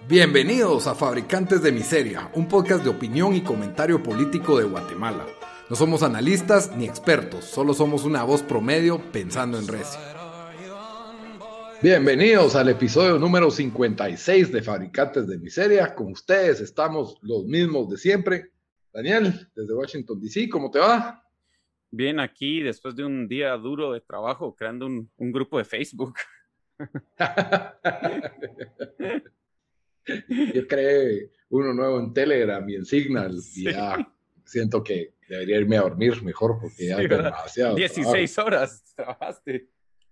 Bienvenidos a Fabricantes de Miseria, un podcast de opinión y comentario político de Guatemala. No somos analistas ni expertos, solo somos una voz promedio pensando en recio. Bienvenidos al episodio número 56 de Fabricantes de Miseria. Con ustedes estamos los mismos de siempre. Daniel, desde Washington, D.C., ¿cómo te va? Bien, aquí después de un día duro de trabajo, creando un grupo de Facebook. Yo creé uno nuevo en Telegram y en Signal, Sí. y ya siento que debería irme a dormir mejor porque ya es demasiado 16 trabajo. horas trabajaste.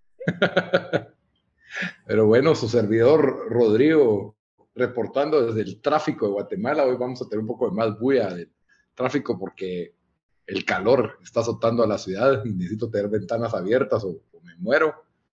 Pero bueno, su servidor Rodrigo reportando desde el tráfico de Guatemala. Hoy vamos a tener un poco de más bulla del tráfico porque el calor está azotando a la ciudad y necesito tener ventanas abiertas o me muero.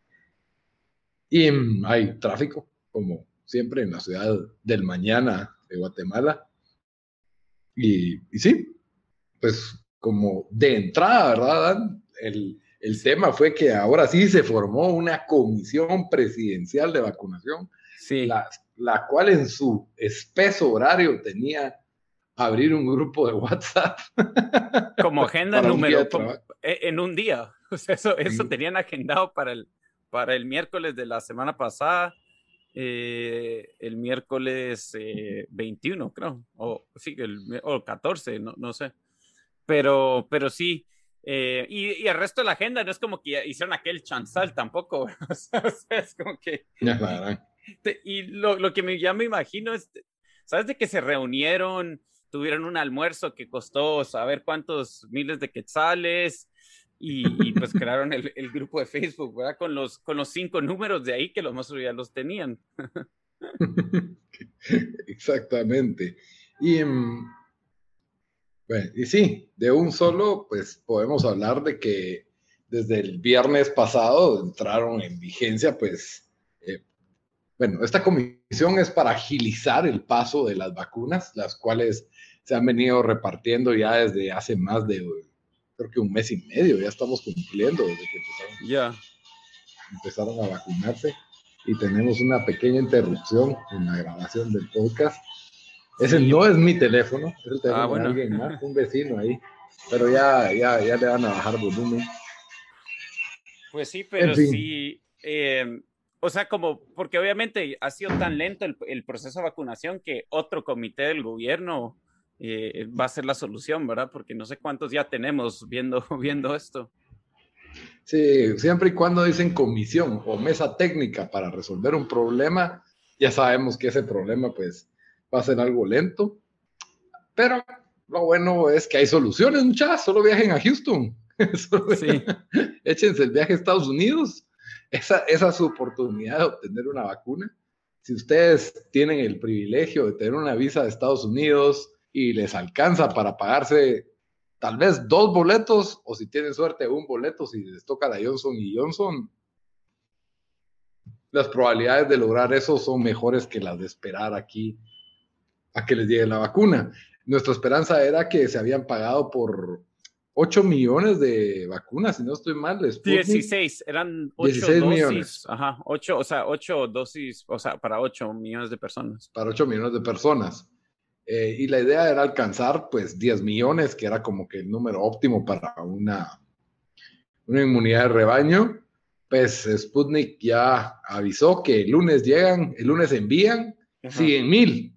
Y hay tráfico, como siempre, en la ciudad del mañana de Guatemala. Y sí, pues como de entrada, ¿verdad? El tema fue que ahora sí se formó una comisión presidencial de vacunación, Sí. la cual en su espeso horario tenía abrir un grupo de WhatsApp. Como agenda para número, en un día. O sea, eso tenían agendado para el miércoles de la semana pasada, el miércoles 21, creo, o sí, o 14, no sé. Pero sí, y el resto de la agenda no es como que hicieron aquel chanzal tampoco. O sea, es como que... Y lo que ya me imagino es, ¿sabes? De que se reunieron, tuvieron un almuerzo que costó saber cuántos miles de quetzales y pues crearon el grupo de Facebook, ¿verdad? Con los 5 números de ahí que los más ya los tenían. Exactamente. Bueno, y sí, de un solo, pues podemos hablar de que desde el viernes pasado entraron en vigencia, pues, bueno, esta comisión es para agilizar el paso de las vacunas, las cuales se han venido repartiendo ya desde hace más de, creo que un mes y medio, ya estamos cumpliendo desde que empezaron a vacunarse, y tenemos una pequeña interrupción en la grabación del podcast. Ese Sí, no es mi teléfono, es el teléfono de bueno. alguien más, un vecino ahí, pero ya le van a bajar volumen. Pues sí, pero En fin. sí, o sea, porque obviamente ha sido tan lento el proceso de vacunación que otro comité del gobierno va a ser la solución, ¿verdad? Porque no sé cuántos ya tenemos viendo esto. Sí, siempre y cuando dicen comisión o mesa técnica para resolver un problema, ya sabemos que ese problema pues va a ser algo lento, pero lo bueno es que hay soluciones, muchachos. Solo viajen a Houston. Sí. Échense el viaje a Estados Unidos. Esa es su oportunidad de obtener una vacuna. Si ustedes tienen el privilegio de tener una visa de Estados Unidos y les alcanza para pagarse tal vez 2 boletos, o si tienen suerte, un boleto, si les toca la Johnson & Johnson, las probabilidades de lograr eso son mejores que las de esperar aquí a que les llegue la vacuna. Nuestra esperanza era que se habían pagado por 8 millones de vacunas, si no estoy mal, de Sputnik. 16, eran 8 16 dosis, millones. ajá, 8, o sea, 8 dosis, o sea, para 8 millones de personas. Para 8 millones de personas. Y la idea era alcanzar, pues, 10 millones, que era como que el número óptimo para una inmunidad de rebaño. Pues Sputnik ya avisó que el lunes envían 100,000.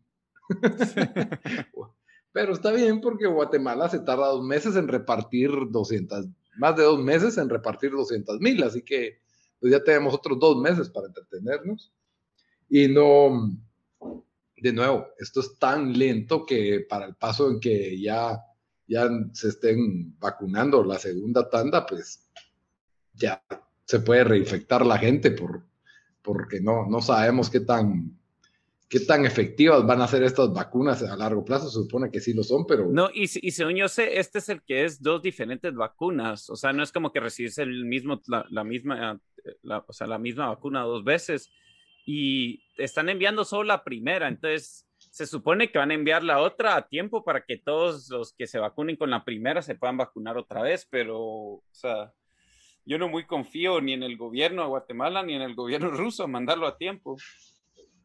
Pero está bien porque Guatemala se tarda 2 meses en repartir 200, más de 2 meses en repartir 200,000, así que pues ya tenemos otros 2 meses para entretenernos. Y no, de nuevo, esto es tan lento que para el paso en que ya se estén vacunando la segunda tanda, pues ya se puede reinfectar la gente porque no sabemos qué tan efectivas van a ser estas vacunas a largo plazo. Se supone que sí lo son, pero... No, y según yo sé, este es el que es 2 diferentes vacunas. O sea, no es como que recibes la misma, o sea, la misma vacuna 2 veces. Y están enviando solo la primera. Entonces, se supone que van a enviar la otra a tiempo para que todos los que se vacunen con la primera se puedan vacunar otra vez. Pero, o sea, yo no muy confío ni en el gobierno de Guatemala ni en el gobierno ruso a mandarlo a tiempo.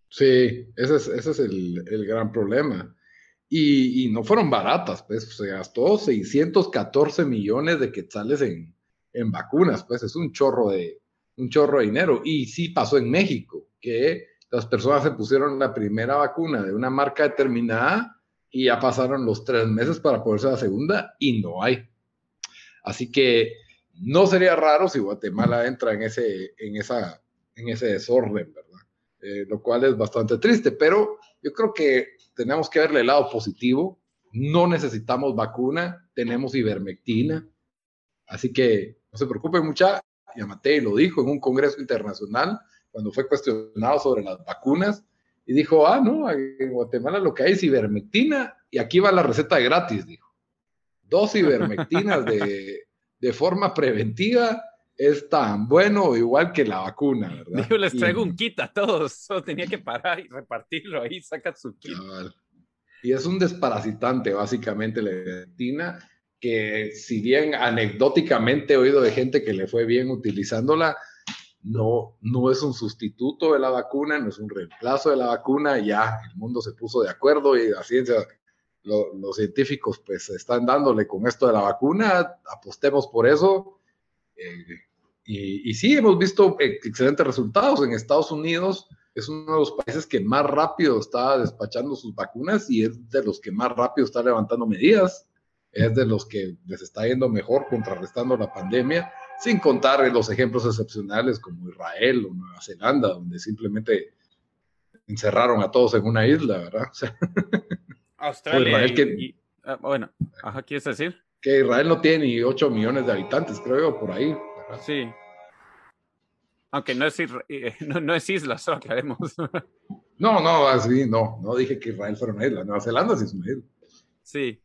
Sí, ese es el gran problema. Y no fueron baratas, pues se gastó 614 millones de quetzales en vacunas, pues es un chorro de dinero. Y sí pasó en México, que las personas se pusieron la primera vacuna de una marca determinada y ya pasaron los 3 meses para ponerse la segunda y no hay. Así que no sería raro si Guatemala entra en ese desorden, ¿verdad? Lo cual es bastante triste, pero yo creo que tenemos que verle el lado positivo. No necesitamos vacuna, tenemos ivermectina, así que no se preocupen mucha. Yamatei lo dijo en un congreso internacional cuando fue cuestionado sobre las vacunas y dijo, no, en Guatemala lo que hay es ivermectina y aquí va la receta gratis, dijo. 2 ivermectinas de forma preventiva es tan bueno o igual que la vacuna, ¿verdad? Digo, les traigo un kit a todos, solo tenía que parar y repartirlo ahí, saca su kit. Y es un desparasitante, básicamente, la ivermectina, que si bien anecdóticamente he oído de gente que le fue bien utilizándola, no es un sustituto de la vacuna, no es un reemplazo de la vacuna, ya el mundo se puso de acuerdo y la ciencia, los científicos pues están dándole con esto de la vacuna, apostemos por eso. Y sí, hemos visto excelentes resultados. En Estados Unidos es uno de los países que más rápido está despachando sus vacunas y es de los que más rápido está levantando medidas. Es de los que les está yendo mejor contrarrestando la pandemia, sin contar los ejemplos excepcionales como Israel o Nueva Zelanda, donde simplemente encerraron a todos en una isla, ¿verdad? O sea, o Australia Israel bueno, ajá, ¿quieres decir? que Israel no tiene ni 8 millones de habitantes, creo yo, por ahí, ¿verdad? Sí, aunque no es, no es isla, solo aclaremos. No, así, no dije que Israel fuera una isla, Nueva Zelanda sí es una isla. Sí.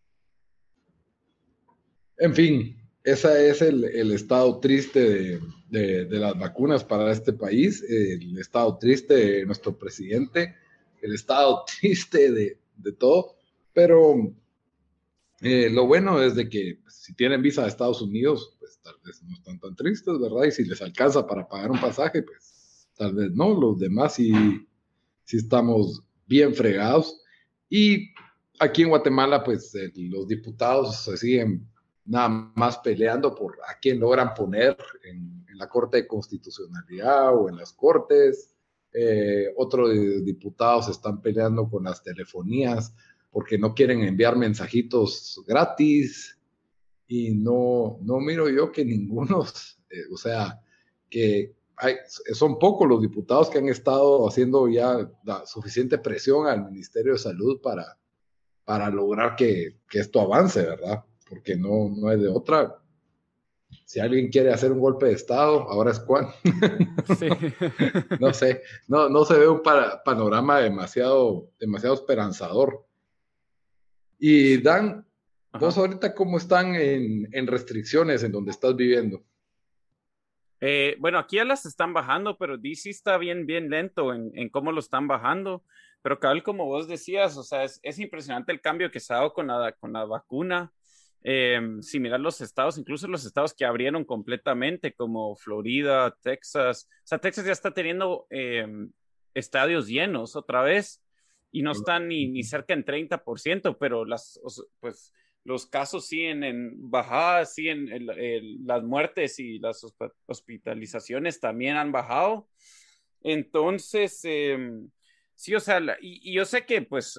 En fin, ese es el estado triste de las vacunas para este país, el estado triste de nuestro presidente, el estado triste de todo, pero lo bueno es de que pues, si tienen visa a Estados Unidos, pues tal vez no están tan tristes, ¿verdad? Y si les alcanza para pagar un pasaje, pues tal vez no, los demás sí estamos bien fregados. Y aquí en Guatemala, pues los diputados se siguen nada más peleando por a quién logran poner en la Corte de Constitucionalidad o en las Cortes. Otros diputados están peleando con las telefonías porque no quieren enviar mensajitos gratis y no miro yo que ninguno, o sea, que son pocos los diputados que han estado haciendo ya la suficiente presión al Ministerio de Salud para lograr que esto avance, ¿verdad? Porque no es de otra. Si alguien quiere hacer un golpe de Estado, ahora es cuándo. Sí. No sé, no se ve un panorama demasiado esperanzador. Y Dan, vos Ajá. ahorita cómo están en restricciones en donde estás viviendo. Bueno, aquí ya las están bajando, pero DC está bien, bien lento en cómo lo están bajando. Pero cabal, como vos decías, o sea, es impresionante el cambio que se ha dado con la vacuna. Si miras los estados, incluso los estados que abrieron completamente, como Florida, Texas. O sea, Texas ya está teniendo estadios llenos otra vez y no están ni cerca en 30%, pero pues los casos siguen en bajada, siguen las muertes y las hospitalizaciones también han bajado. Entonces, sí, o sea, y yo sé que pues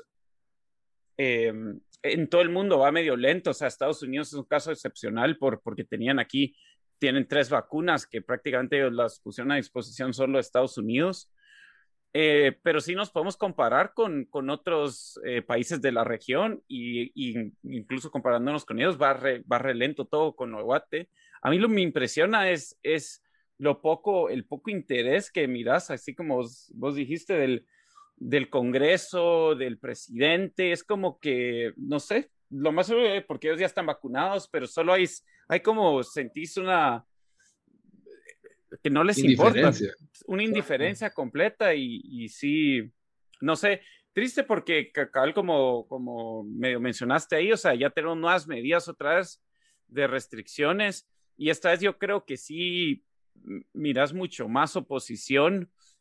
en todo el mundo va medio lento, o sea, Estados Unidos es un caso excepcional porque tienen 3 vacunas que prácticamente ellos las pusieron a disposición solo de Estados Unidos. Pero sí nos podemos comparar con otros países de la región y incluso comparándonos con ellos va re lento todo con Oguate. A mí lo que me impresiona es el poco interés que miras, así como vos dijiste, del Congreso, del presidente. Es como que, no sé, lo más seguro porque ellos ya están vacunados, pero solo hay como sentís que no les importa, Indiferencia. una Exacto. indiferencia completa y sí, no sé, triste porque cabal como medio mencionaste ahí, o sea, ya tenemos nuevas medidas otra vez de restricciones y esta vez yo creo que sí miras mucho más oposición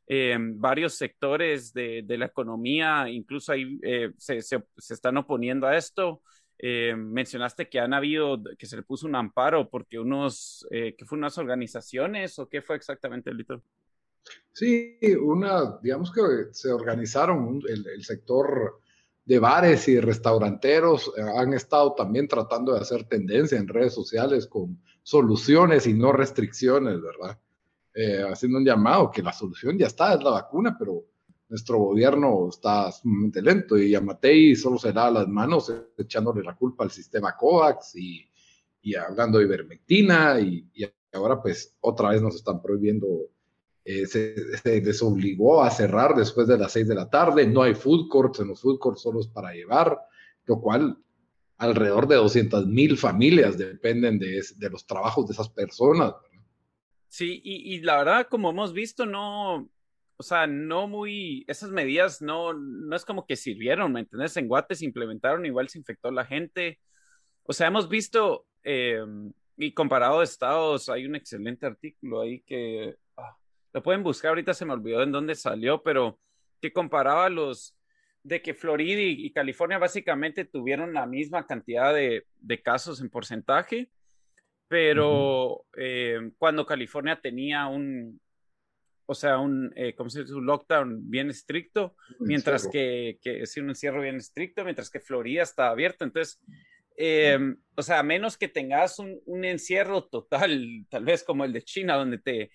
varios sectores de la economía, incluso ahí se están oponiendo a esto. Mencionaste que han habido, que se le puso un amparo porque que fue unas organizaciones o qué fue exactamente, Lito. Sí, digamos que se organizaron el sector de bares y restauranteros, han estado también tratando de hacer tendencia en redes sociales con soluciones y no restricciones, ¿verdad? Haciendo un llamado que la solución ya está, es la vacuna, pero nuestro gobierno está sumamente lento y Yamatei solo se lava las manos echándole la culpa al sistema COVAX y hablando de ivermectina y ahora pues otra vez nos están prohibiendo, se les obligó a cerrar después de las 6 de la tarde, no hay food courts, en los food courts solo es para llevar, lo cual alrededor de 200,000 familias dependen de los trabajos de esas personas. Sí, y la verdad, como hemos visto, no, o sea, esas medidas no es como que sirvieron, ¿me entiendes? En Guate se implementaron, igual se infectó la gente. O sea, hemos visto, y comparado a estados, hay un excelente artículo ahí que lo pueden buscar, ahorita se me olvidó en dónde salió, pero que comparaba de que Florida y California básicamente tuvieron la misma cantidad de casos en porcentaje, pero cuando California tenía o sea, ¿cómo se dice? Un lockdown bien estricto, Un mientras encierro. que sí, un encierro bien estricto, mientras que Florida está abierto. Entonces, o sea, a menos que tengas un encierro total, tal vez como el de China, donde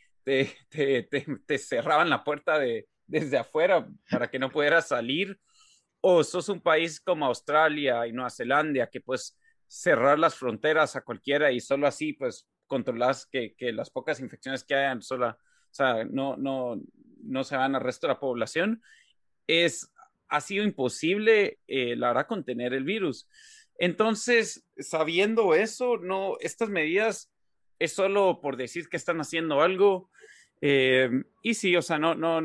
te cerraban la puerta desde afuera para que no pudieras salir, o sos un país como Australia y Nueva Zelanda, que pues cerrar las fronteras a cualquiera y solo así pues controlas que las pocas infecciones que hayan o sea, no se van al resto de la población, ha sido imposible, la verdad, contener el virus. Entonces, sabiendo eso, no, estas medidas es solo por decir que están haciendo algo. Y sí, o sea,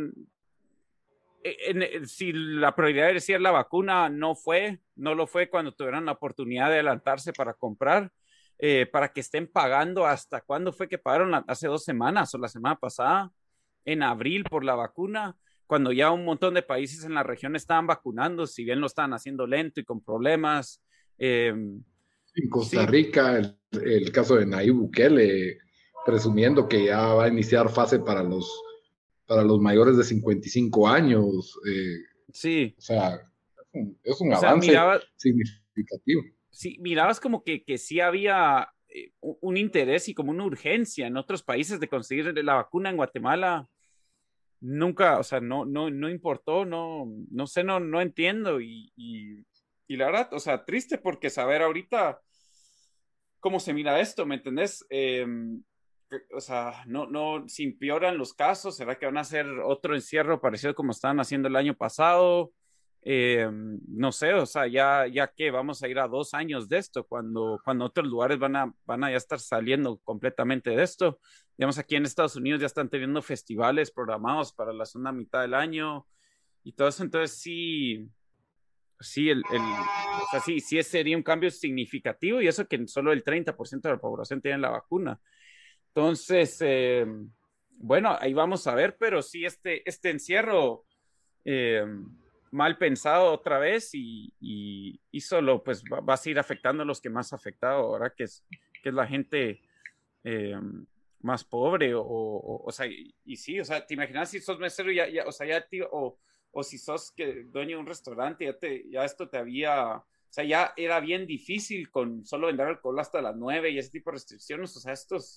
si la prioridad de decir la vacuna no lo fue cuando tuvieron la oportunidad de adelantarse para comprar, para que estén pagando hasta cuándo fue que pagaron hace 2 semanas o la semana pasada, en abril por la vacuna, cuando ya un montón de países en la región estaban vacunando, si bien lo estaban haciendo lento y con problemas. Eh, En Costa sí, Rica, el caso de Nayib Bukele, presumiendo que ya va a iniciar fase para los mayores de 55 años. sí. O sea, es un O sea, avance significativo. sí, mirabas como que sí había un interés y como una urgencia en otros países de conseguir la vacuna. En Guatemala nunca, o sea, no importó, no sé, no entiendo y la verdad, o sea, triste porque saber ahorita cómo se mira esto, ¿me entendés? O sea, si empeoran los casos, ¿será que van a hacer otro encierro parecido como estaban haciendo el año pasado? No sé, o sea, ya que vamos a ir a 2 años de esto, cuando otros lugares van a ya estar saliendo completamente de esto. Digamos, aquí en Estados Unidos ya están teniendo festivales programados para la segunda mitad del año y todo eso, entonces sí, sí, o sea, sí sería un cambio significativo y eso que solo el 30% de la población tiene la vacuna. Entonces, bueno, ahí vamos a ver, pero sí, este encierro eh, mal pensado otra vez y solo pues va a seguir afectando a los que más ha afectado ahora, que es la gente eh, más pobre o sea, y sí, o sea, te imaginas si sos mesero o sea, o si sos dueño de un restaurante, ya esto te había, o sea, ya era bien difícil con solo vender alcohol hasta las 9 y ese tipo de restricciones, o sea,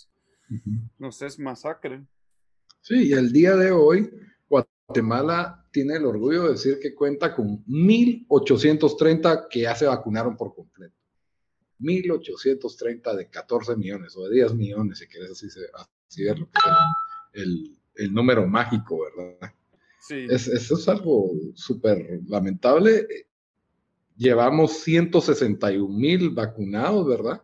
no sé, es masacre. Sí, y el día de hoy, Guatemala tiene el orgullo de decir que cuenta con 1,830 que ya se vacunaron por completo. 1,830 de 14 millones o de 10 millones, si quieres así ver lo que es el número mágico, ¿verdad? Sí. Eso es algo súper lamentable. Llevamos 161,000 vacunados, ¿verdad?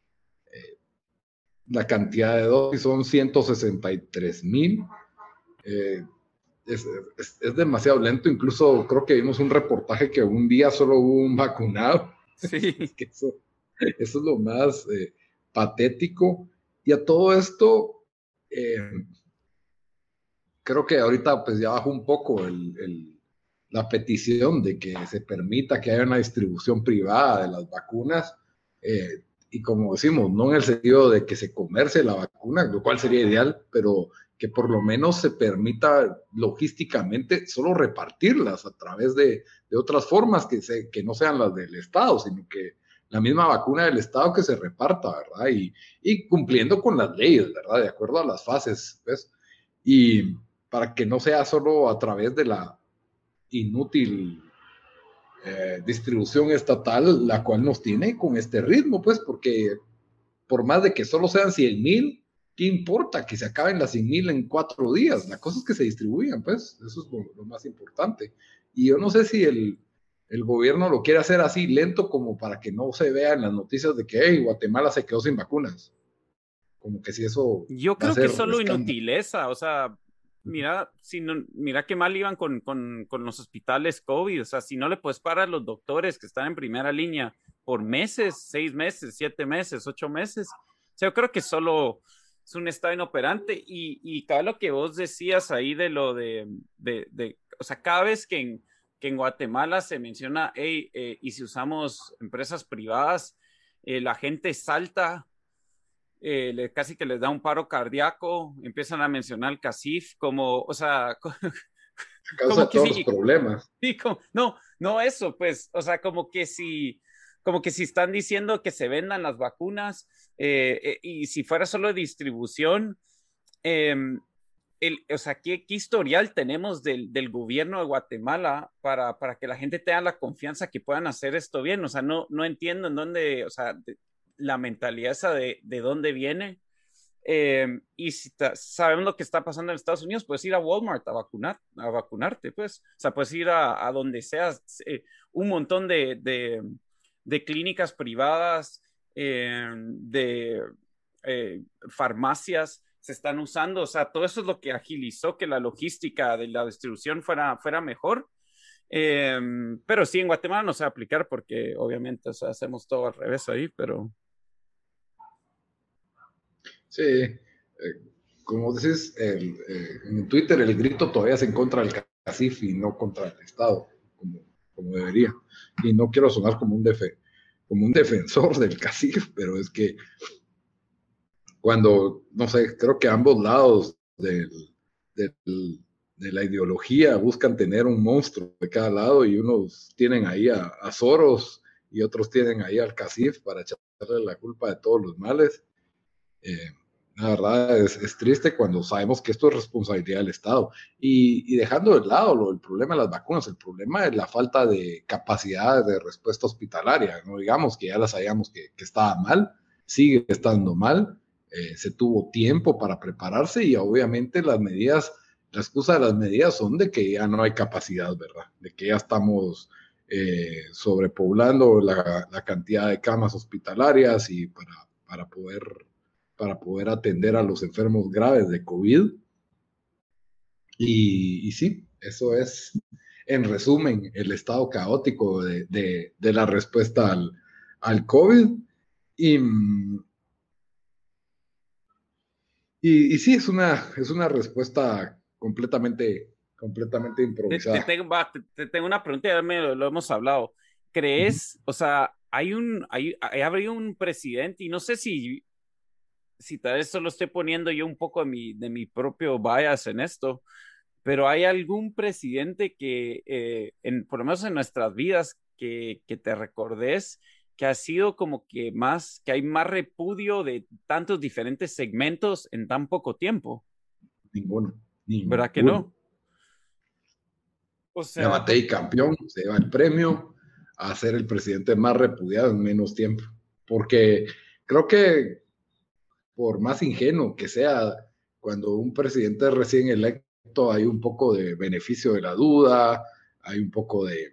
La cantidad de dosis son 163,000. Eh, es demasiado lento. Incluso creo que vimos un reportaje que un día solo hubo un vacunado. Es Sí, que eso es lo más patético. Y a todo esto, eh, creo que ahorita pues ya bajó un poco la petición de que se permita que haya una distribución privada de las vacunas, y como decimos, no en el sentido de que se comercie la vacuna, lo cual sería ideal, pero que por lo menos se permita logísticamente solo repartirlas a través de otras formas que no sean las del Estado, sino que la misma vacuna del Estado que se reparta, ¿verdad? Y cumpliendo con las leyes, ¿verdad? De acuerdo a las fases, ¿ves? Y para que no sea solo a través de la inútil distribución estatal, la cual nos tiene con este ritmo, pues, porque por más de que solo sean 100,000, ¿qué importa que se acaben las 100,000 en 4 días? La cosa es que se distribuyan, pues, eso es lo más importante. Y yo no sé si el gobierno lo quiere hacer así lento como para que no se vean las noticias de que hey, Guatemala se quedó sin vacunas. Como que si eso Yo va a creo que ser solo escándalo. inutileza, o sea, mira, si no, mira qué mal iban con los hospitales COVID, o sea, si no le puedes parar a los doctores que están en primera línea por meses, 6 meses, 7 meses, 8 meses, o sea, yo creo que solo es un estado inoperante y cada lo que vos decías ahí de lo o sea, cada vez que en Guatemala se menciona, hey, y si usamos empresas privadas, la gente salta, casi que les da un paro cardíaco, empiezan a mencionar el CACIF como, o sea, A causa como de que todos los sí, problemas. sí, no, no eso, pues, o sea, como que si están diciendo que se vendan las vacunas, y si fuera solo distribución, eh, o sea, ¿qué historial tenemos del gobierno de Guatemala para que la gente tenga la confianza que puedan hacer esto bien? O sea, no entiendo en dónde, o sea, la mentalidad esa de dónde viene. Y si sabemos lo que está pasando en Estados Unidos, puedes ir a Walmart a vacunarte, pues. O sea, puedes ir a donde seas, un montón de clínicas privadas, de farmacias se están usando. O sea, todo eso es lo que agilizó que la logística de la distribución fuera mejor. Pero sí, en Guatemala no se va a aplicar porque obviamente, o sea, hacemos todo al revés ahí, pero... Sí, como decís, en Twitter el grito todavía es en contra del CACIF y no contra el Estado, como debería. Y no quiero sonar como un defensor del CACIF, pero es que cuando, no sé, creo que ambos lados del, de la ideología buscan tener un monstruo de cada lado y unos tienen ahí a Soros y otros tienen ahí al CACIF para echarle la culpa de todos los males. Eh, la verdad es triste cuando sabemos que esto es responsabilidad del Estado. Y dejando de lado el problema de las vacunas, el problema es la falta de capacidad de respuesta hospitalaria. No digamos que ya la sabíamos que estaba mal, sigue estando mal. Se tuvo tiempo para prepararse y obviamente las medidas, la excusa de las medidas son de que ya no hay capacidad, ¿verdad? De que ya estamos sobrepoblando la cantidad de camas hospitalarias y para poder atender a los enfermos graves de COVID. Y sí, eso es, en resumen, el estado caótico de la respuesta al COVID. Y, y sí, es una respuesta completamente improvisada. Te tengo una pregunta, ya lo hemos hablado. ¿Crees, o sea, habría un presidente, y no sé si tal vez solo estoy poniendo yo un poco de mi propio bias en esto, pero hay algún presidente que, por lo menos en nuestras vidas, que te recordes, que ha sido como que hay más repudio de tantos diferentes segmentos en tan poco tiempo? Ninguno, ¿Verdad que ninguno. no? O sea, Yamatei campeón, se lleva el premio a ser el presidente más repudiado en menos tiempo. Porque creo que por más ingenuo que sea, cuando un presidente es recién electo hay un poco de beneficio de la duda, hay un poco de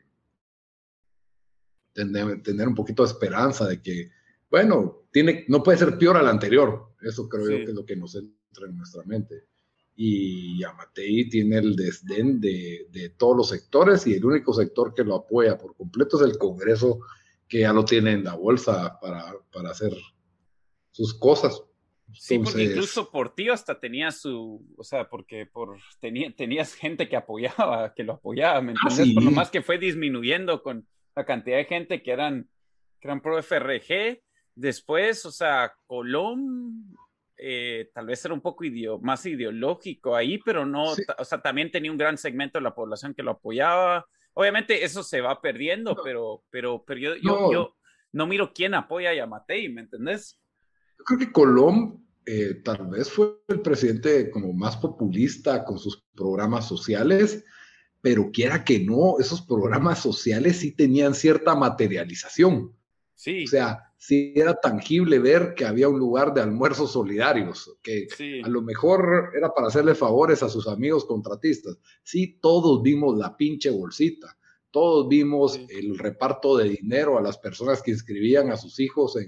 tener un poquito de esperanza de que, bueno, no puede ser peor al anterior. Eso creo yo que sí. es lo que nos entra en nuestra mente. Y Yamatei tiene el desdén de todos los sectores y el único sector que lo apoya por completo es el Congreso, que ya lo tiene en la bolsa para hacer sus cosas. Sí, porque Entonces, incluso por ti hasta tenía o sea, porque tenías gente que apoyaba, que lo apoyaba, ¿me entendés? Por lo sí, más que fue disminuyendo con la cantidad de gente que eran pro FRG. Después, o sea, Colón tal vez era un poco más ideológico ahí, pero no, sí, o sea, también tenía un gran segmento de la población que lo apoyaba. Obviamente eso se va perdiendo, no, pero no, yo no miro quién apoya a Yamatei, ¿me entendés? yo creo que Colón tal vez fue el presidente como más populista con sus programas sociales, pero quiera que no, esos programas sociales sí tenían cierta materialización. O Sí, sea, sí era tangible ver que había un lugar de almuerzos solidarios, que a sí. lo mejor era para hacerle favores a sus amigos contratistas. Sí, todos vimos la pinche bolsita, todos vimos Sí, el reparto de dinero a las personas que inscribían a sus hijos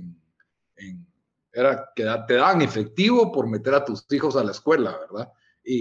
era que te daban efectivo por meter a tus hijos a la escuela, ¿verdad?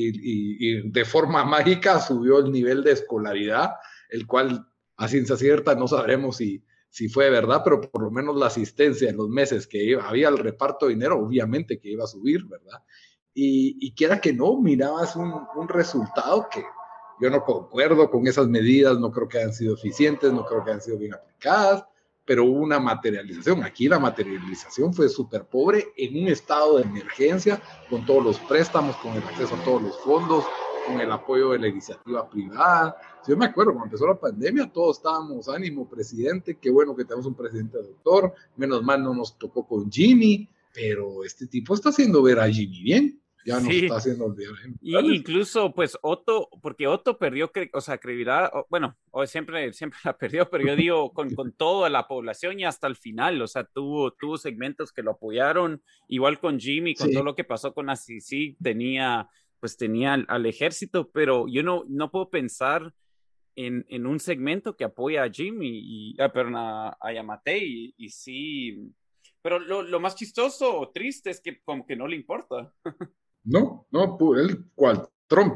Y de forma mágica subió el nivel de escolaridad, el cual a ciencia cierta no sabremos si fue verdad, pero por lo menos la asistencia en los meses que había el reparto de dinero, obviamente que iba a subir, ¿verdad? Y quiera que no, mirabas un resultado que yo no concuerdo con esas medidas, no creo que hayan sido eficientes, no creo que hayan sido bien aplicadas, pero hubo una materialización. Aquí la materialización fue súper pobre en un estado de emergencia, con todos los préstamos, con el acceso a todos los fondos, con el apoyo de la iniciativa privada. Si yo me acuerdo, cuando empezó la pandemia, todos estábamos, ánimo, presidente, qué bueno que tenemos un presidente doctor, menos mal no nos tocó con Jimmy, pero este tipo está haciendo ver a Jimmy bien, ya nos está sí. haciendo olvidar. Y incluso, pues, porque Otto perdió, o sea, credibilidad, bueno, siempre la perdió, pero yo digo, con toda la población y hasta el final, o sea, tuvo segmentos que lo apoyaron, igual con Jimmy, con todo Sí, lo que pasó con Assisi, tenía al ejército, pero yo no puedo pensar en un segmento que apoya a Jimmy, perdón, a Yamate, y sí, pero lo más chistoso o triste es que como que no le importa. no, no, él cual Trump,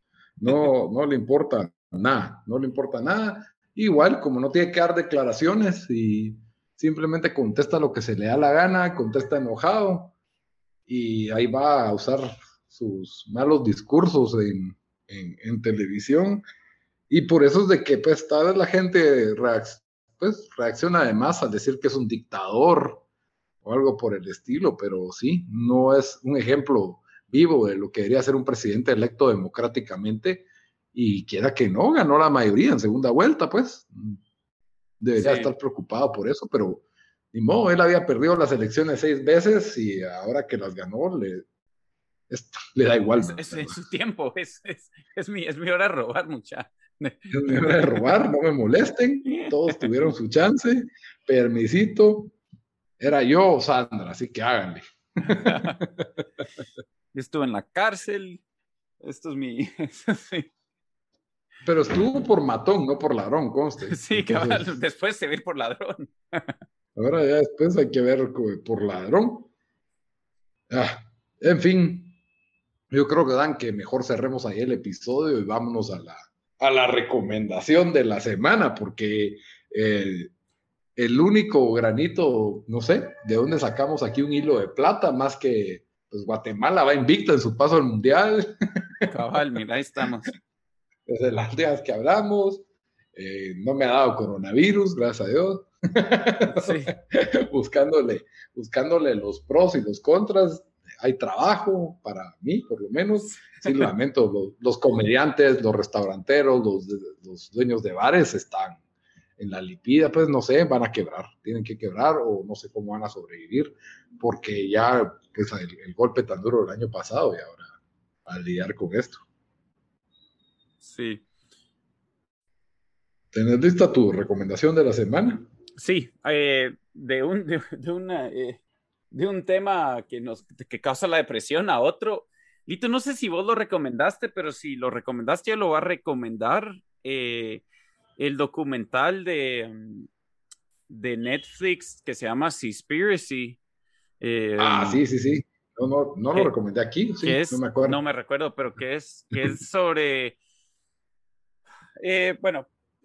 no le importa nada, no le importa nada. Igual, como no tiene que dar declaraciones y simplemente contesta lo que se le da la gana, contesta enojado y ahí va a usar sus malos discursos en televisión. Y por eso es de que pues tal vez la gente pues, reacciona además al decir que es un dictador o algo por el estilo, pero sí, no es un ejemplo vivo de lo que debería ser un presidente electo democráticamente y quiera que no, ganó la mayoría en segunda vuelta, pues debería Sí. estar preocupado por eso, pero ni modo, él había perdido las elecciones 6 veces y ahora que las ganó le da igual, Es ¿verdad? en su tiempo, es mi hora de robar, mucha. Es mi hora de robar, no me molesten, todos tuvieron su chance, permisito, era yo o Sandra, así que háganle. Yo estuve en la cárcel, esto es mi, Pero estuvo por matón, no por ladrón, conste. sí, cabal, Entonces, después se va a ir por ladrón. ahora ya después hay que ver por ladrón. Ah, en fin, yo creo que Dan, que mejor cerremos ahí el episodio y vámonos a la recomendación de la semana, porque el único granito, no sé, de dónde sacamos aquí un hilo de plata, más que pues Guatemala va invicta en su paso al mundial, Cabal, mira, ahí estamos. desde las días que hablamos, no me ha dado coronavirus, gracias a Dios. Sí, buscándole, buscándole los pros y los contras. Hay trabajo para mí, por lo menos. Sí, lamento, los comediantes, los restauranteros, los dueños de bares están en la lipida, pues no sé, van a quebrar, tienen que quebrar o no sé cómo van a sobrevivir, porque ya pues, el golpe tan duro del año pasado y ahora a lidiar con esto. sí, ¿Tenés lista tu recomendación de la semana? sí, de un tema que causa la depresión a otro. Lito, no sé si vos lo recomendaste, pero si lo recomendaste, yo lo voy a recomendar. El documental de Netflix que se llama Seaspiracy, eh, Ah, sí, sí, sí. No lo que, recomendé aquí, que sí, no es, me no acuerdo. me recuerdo, pero que es sobre, bueno,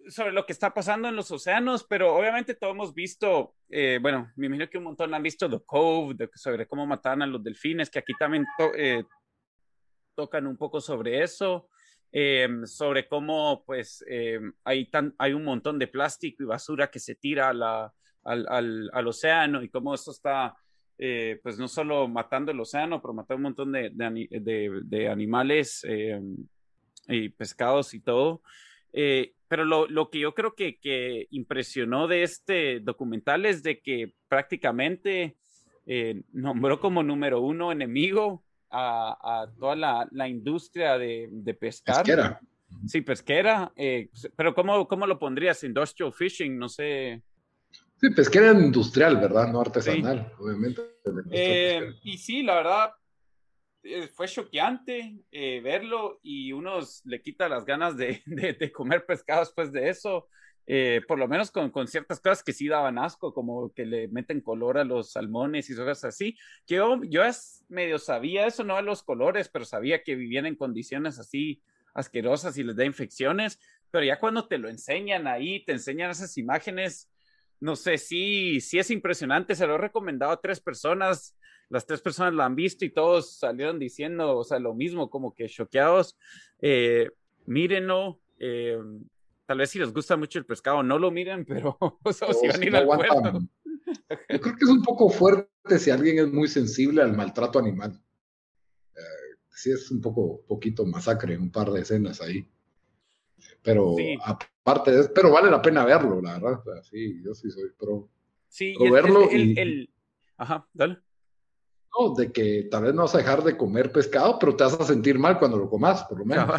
sobre lo que está pasando en los océanos, pero obviamente todos hemos visto, bueno, me imagino que un montón han visto The Cove, sobre cómo mataban a los delfines, que aquí también tocan un poco sobre eso, sobre cómo pues hay un montón de plástico y basura que se tira al océano y cómo eso está pues no solo matando el océano, pero matando un montón de animales y pescados y todo. Pero lo que yo creo que impresionó de este documental es de que prácticamente nombró como número uno enemigo a toda la industria de pescar. Pesquera. Sí, pesquera. Pero ¿cómo lo pondrías? Industrial fishing, no sé. Sí, pesquera industrial, ¿verdad? No Sí. artesanal, obviamente. De la industria pesquera. Y sí, la verdad, fue choqueante verlo y uno le quita las ganas de comer pescado después de eso. Por lo menos con ciertas cosas que sí daban asco, como que le meten color a los salmones y cosas así. Yo medio sabía eso, no a los colores, pero sabía que vivían en condiciones así asquerosas y les da infecciones. Pero ya cuando te lo enseñan ahí, te enseñan esas imágenes, no sé, sí es impresionante. Se lo he recomendado a 3 personas, las 3 personas la han visto y todos salieron diciendo, o sea, lo mismo, como que choqueados. Mírenlo. Tal vez si les gusta mucho el pescado, no lo miren, pero o sea, si O van a si ir no al puerto. aguantan. Yo creo que es un poco fuerte si alguien es muy sensible al maltrato animal. Sí, es un poquito masacre, un par de escenas ahí. Pero Sí, aparte de eso, pero vale la pena verlo, la verdad. O sea, sí, yo sí soy sí, y pro verlo y ajá, dale. no, de que tal vez no vas a dejar de comer pescado, pero te vas a sentir mal cuando lo comas, por lo menos. Cabal.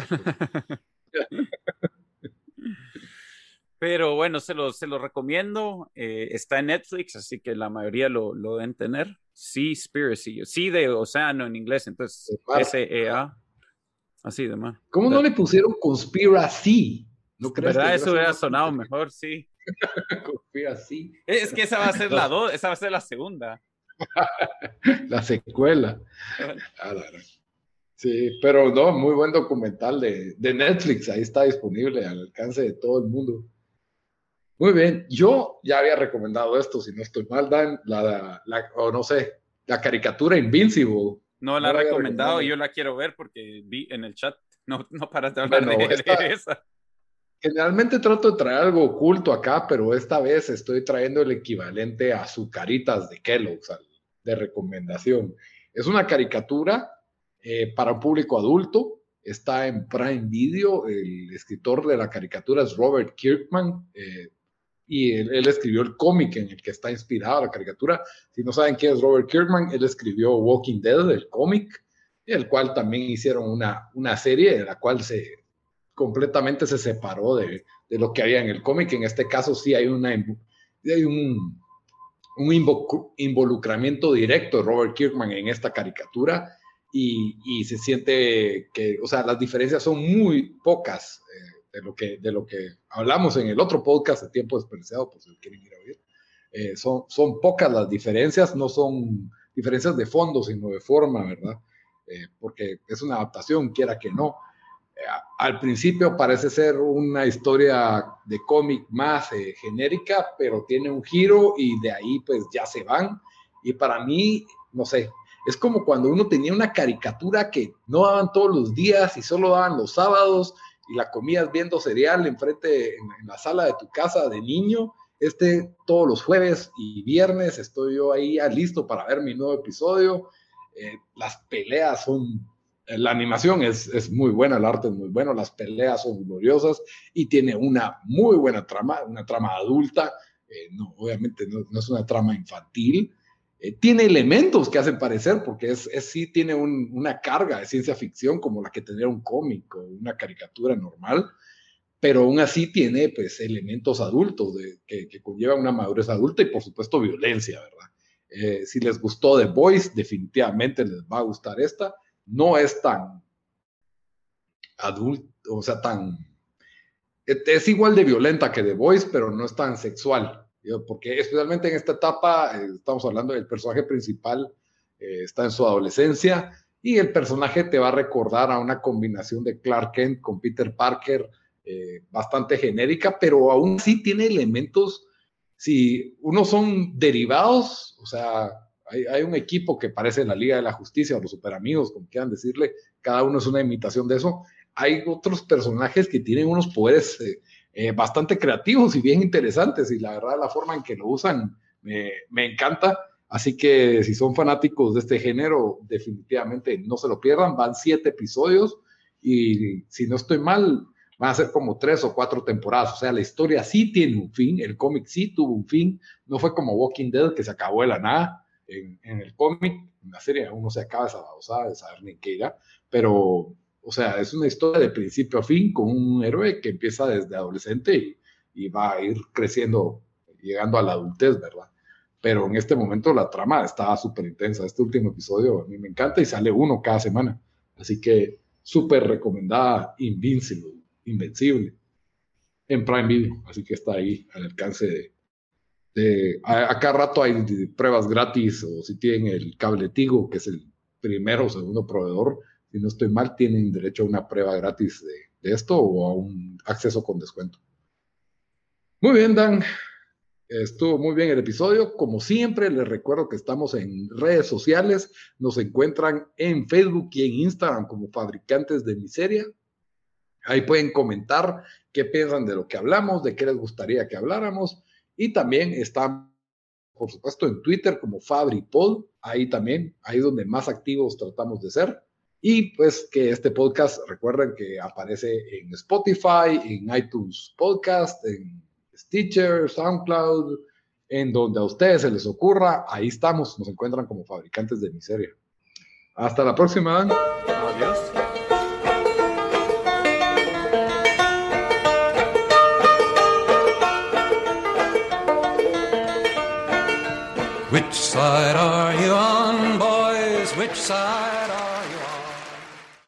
Pero bueno, se lo recomiendo. Está en Netflix, así que la mayoría lo deben tener. Seaspiracy, sí de océano en inglés, entonces De mar. SEA, así de más. ¿Cómo no le pusieron conspiracy? ¿No crees que ¿Verdad? hubiera Eso sido hubiera más sonado inteligente? mejor, sí. Conspiracy. Es que esa va a ser la La, dos, esa va a ser la segunda. la secuela. Ah, la verdad. Sí, pero no, muy buen documental de Netflix, ahí está disponible al alcance de todo el mundo. Muy bien, yo ya había recomendado esto, si no estoy mal, Dan, o no sé, la caricatura Invincible. No la No he la había recomendado y recomendado. yo la quiero ver porque vi en el chat, no paras de hablar Bueno, de esa. generalmente trato de traer algo oculto acá, pero esta vez estoy trayendo el equivalente a Azucaritas de Kellogg's, de recomendación. Es una caricatura para un público adulto, está en Prime Video, el escritor de la caricatura es Robert Kirkman, y él escribió el cómic en el que está inspirada la caricatura. Si no saben quién es Robert Kirkman, él escribió Walking Dead, el cómic, el cual también hicieron una serie en la cual completamente se separó de lo que había en el cómic. En este caso sí hay un involucramiento directo de Robert Kirkman en esta caricatura y se siente que, o sea, las diferencias son muy pocas de lo que hablamos en el otro podcast de Tiempo Desperdiciado, por si quieren ir a oír. Son pocas las diferencias, no son diferencias de fondo, sino de forma, ¿verdad? Porque es una adaptación, quiera que no. Al principio parece ser una historia de cómic más genérica, pero tiene un giro y de ahí pues ya se van. Y para mí, no sé, es como cuando uno tenía una caricatura que no daban todos los días y solo daban los sábados y la comías viendo cereal enfrente en la sala de tu casa de niño. Todos los jueves y viernes estoy yo ahí ya listo para ver mi nuevo episodio. Las peleas son la animación es muy buena, el arte es muy bueno, las peleas son gloriosas y tiene una muy buena trama, una trama adulta, no, obviamente no es una trama infantil, tiene elementos que hacen parecer, porque sí tiene una carga de ciencia ficción como la que tendría un cómic o una caricatura normal, pero aún así tiene pues elementos adultos que conllevan una madurez adulta y por supuesto violencia, ¿verdad? Si les gustó The Boys, definitivamente les va a gustar esta. No es tan adulto, o sea, es igual de violenta que The Boys, pero no es tan sexual, porque especialmente en esta etapa, estamos hablando del personaje principal, está en su adolescencia, y el personaje te va a recordar a una combinación de Clark Kent con Peter Parker, bastante genérica, pero aún sí tiene elementos, si unos son derivados, o sea, hay un equipo que parece la Liga de la Justicia o los Super Amigos, como quieran decirle, cada uno es una imitación de eso. Hay otros personajes que tienen unos poderes bastante creativos y bien interesantes, y la verdad la forma en que lo usan me encanta. Así que si son fanáticos de este género, definitivamente no se lo pierdan. Van 7 episodios y si no estoy mal, van a ser como 3 o 4 temporadas. O sea, la historia sí tiene un fin, el cómic sí tuvo un fin. No fue como Walking Dead, que se acabó de la nada. En el cómic, en la serie, uno se acaba esa babosada de saber ni qué irá. Pero, o sea, es una historia de principio a fin con un héroe que empieza desde adolescente y va a ir creciendo, llegando a la adultez, ¿verdad? Pero en este momento la trama está súper intensa. Este último episodio a mí me encanta y sale uno cada semana. Así que súper recomendada, Invencible, en Prime Video. Así que está ahí al alcance a cada rato hay pruebas gratis, o si tienen el cable Tigo, que es el primero o segundo proveedor, si no estoy mal, tienen derecho a una prueba gratis de esto o a un acceso con descuento. Muy bien, Dan. Estuvo muy bien el episodio. Como siempre, les recuerdo que estamos en redes sociales. Nos encuentran en Facebook y en Instagram como Fabricantes de Miseria. Ahí pueden comentar qué piensan de lo que hablamos, de qué les gustaría que habláramos. Y también están, por supuesto, en Twitter como FabriPod. Ahí también, ahí es donde más activos tratamos de ser. Y pues que este podcast, recuerden que aparece en Spotify, en iTunes Podcast, en Stitcher, SoundCloud, en donde a ustedes se les ocurra, ahí estamos, nos encuentran como Fabricantes de Miseria. Hasta la próxima. Adiós. Which side are you on, boys? Which side?